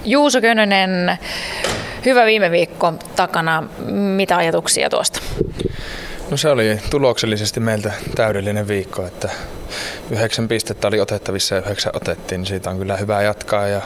Juuso Könönen, hyvä viime viikko takana. Mitä ajatuksia tuosta? No se oli tuloksellisesti meiltä täydellinen viikko, että 9 pistettä oli otettavissa ja 9 otettiin, niin siitä on kyllä hyvä jatkaa ja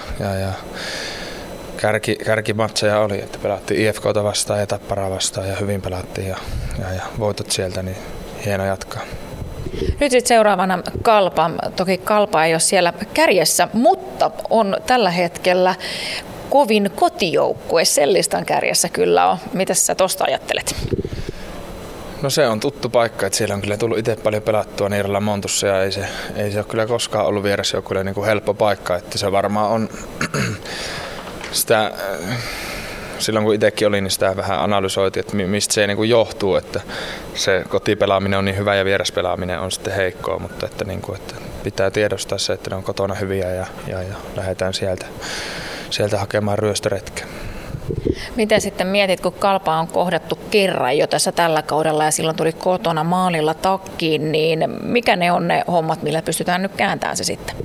kärkimatseja oli, että pelattiin IFK:ta vastaan ja Tapparaa vastaan ja hyvin pelattiin ja voitot sieltä, niin hieno jatkaa. Nyt sitten seuraavana Kalpa. Toki Kalpa ei ole siellä kärjessä, mutta on tällä hetkellä kovin kotijoukkue. Sellistan kärjessä kyllä on. Mitäs sä tosta ajattelet? No se on tuttu paikka, että siellä on kyllä tullut itse paljon pelattua Niiralan Montussa ja ei se ole kyllä koskaan ollut vierasjoukkueelle niin kuin helppo paikka, että se varmaan on sitä, silloin kun itsekin oli, niin sitä vähän analysoitiin, että mistä se niin kuin johtuu, että se kotipelaaminen on niin hyvä ja vieraspelaaminen on sitten heikkoa, mutta että, niin kuin, että pitää tiedostaa se, että ne on kotona hyviä ja lähdetään sieltä hakemaan ryöstöretkeä. Miten sitten mietit, kun Kalpa on kohdattu kerran jo tässä tällä kaudella ja silloin tuli kotona maalilla takkiin, niin mikä ne on ne hommat, millä pystytään nyt kääntämään se sitten?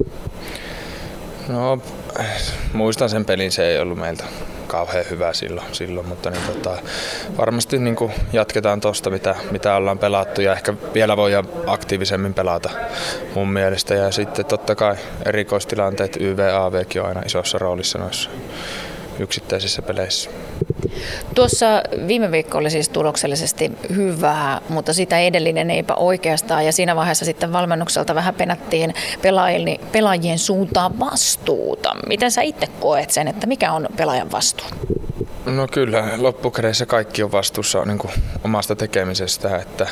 No muistan sen pelin, se ei ollut meiltä kauhean hyvä silloin mutta niin, varmasti niin kuin jatketaan tuosta, mitä ollaan pelattu ja ehkä vielä voidaan aktiivisemmin pelata mun mielestä. Ja sitten totta kai erikoistilanteet, YV-AVkin on aina isossa roolissa noissa yksittäisissä peleissä. Tuossa viime viikko oli siis tuloksellisesti hyvää, mutta sitä edellinen eipä oikeastaan. Ja siinä vaiheessa sitten valmennukselta vähän penättiin pelaajien suuntaan vastuuta. Miten sä itse koet sen, että mikä on pelaajan vastuu? No kyllä, loppukädessä kaikki on vastuussa niin kuin omasta tekemisestä, että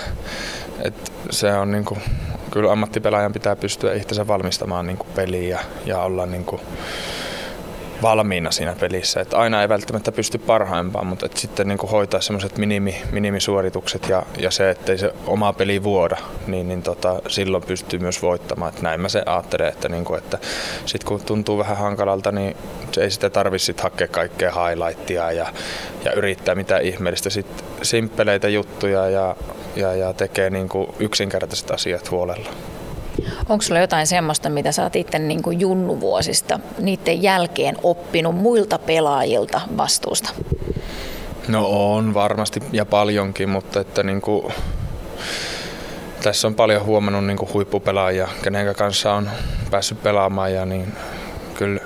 se on niin kuin, kyllä ammattipelaajan pitää pystyä itsensä valmistamaan niin kuin peliä ja olla niin kuin valmiina siinä pelissä. Että aina ei välttämättä pysty parhaimpaan, mutta että sitten niin kuin hoitaa semmoiset minimisuoritukset ja se, ettei se oma peli vuoda, niin silloin pystyy myös voittamaan. Että näin mä se ajattelen, että, niin kuin, että sit kun tuntuu vähän hankalalta, niin ei sitä tarvitse sit hakea kaikkea highlightia ja yrittää mitään ihmeellistä. Sitten simppeleitä juttuja ja tekee niin kuin yksinkertaiset asiat huolella. Onko sulla jotain semmoista, mitä sä oot itse niin kuin junnuvuosista niiden jälkeen oppinut muilta pelaajilta vastuusta? No on varmasti ja paljonkin, mutta että niin kuin, tässä on paljon huomannut niin kuin huippupelaajia, kenen kanssa on päässyt pelaamaan ja niin kyllä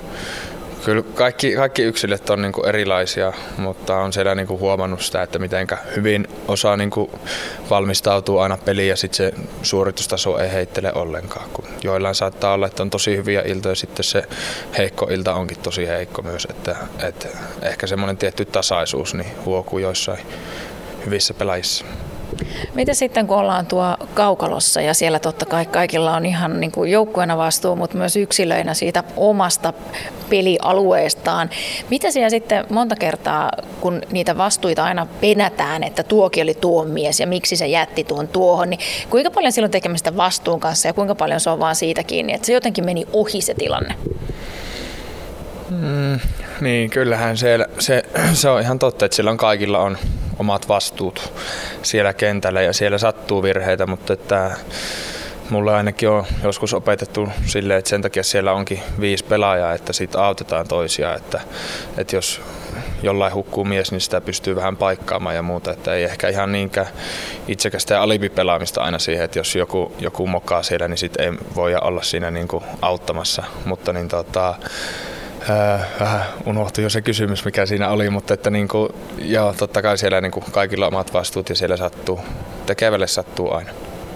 kaikki yksilöt on niinku erilaisia, mutta on siellä niinku huomannut sitä, että miten hyvin osaa niinku valmistautua aina peliin ja sitten se suoritustaso ei heittele ollenkaan. Kun joillain saattaa olla, että on tosi hyviä iltoja ja sitten se heikko ilta onkin tosi heikko myös. Että ehkä semmoinen tietty tasaisuus niin huokuu joissain hyvissä pelaajissa. Miten sitten kun ollaan tuo kaukalossa ja siellä totta kai kaikilla on ihan niin kuin joukkueena vastuu, mutta myös yksilöinä siitä omasta pelialueestaan. Mitä siellä sitten monta kertaa, kun niitä vastuita aina penätään, että tuokin oli tuon mies ja miksi se jätti tuohon, niin kuinka paljon silloin tekemistä vastuun kanssa ja kuinka paljon se on vaan siitä kiinni, että se jotenkin meni ohi se tilanne? Niin, kyllähän se on ihan totta, että silloin kaikilla on omat vastuut siellä kentällä ja siellä sattuu virheitä, mutta että mulle ainakin on joskus opetettu silleen, että sen takia siellä onkin 5 pelaajaa, että siitä autetaan toisia, että jos jollain hukkuu mies, niin sitä pystyy vähän paikkaamaan ja muuta, että ei ehkä ihan niinkään itsekästä ja alibipelaamista aina siihen, että jos joku mokaa siellä, niin sit ei voi olla siinä niinku auttamassa, mutta niin vähän unohtui jo se kysymys, mikä siinä oli, mutta että niinku, joo, totta kai siellä niinku kaikilla omat vastuut ja siellä tekevälle sattuu aina.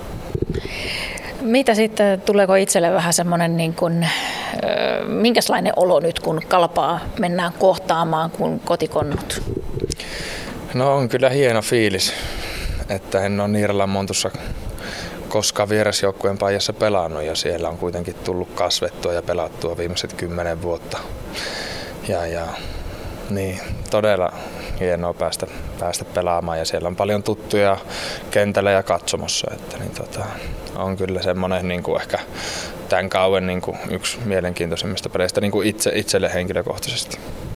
Mitä sitten, tuleeko itselle vähän semmoinen, niin kuin, minkälainen olo nyt, kun Kalpaa mennään kohtaamaan, kun kotikonnut? No on kyllä hieno fiilis, että en ole Niiralan Montussa koskaan vierasjoukkueen paijassa pelannut ja siellä on kuitenkin tullut kasvettua ja pelattua viimeiset 10 vuotta. Ja niin, todella hienoa päästä pelaamaan ja siellä on paljon tuttuja kentällä ja katsomossa. Että niin on kyllä semmoinen niin kuin ehkä tämän kauden niin kuin yksi mielenkiintoisimmista peleistä niin kuin itselle henkilökohtaisesti.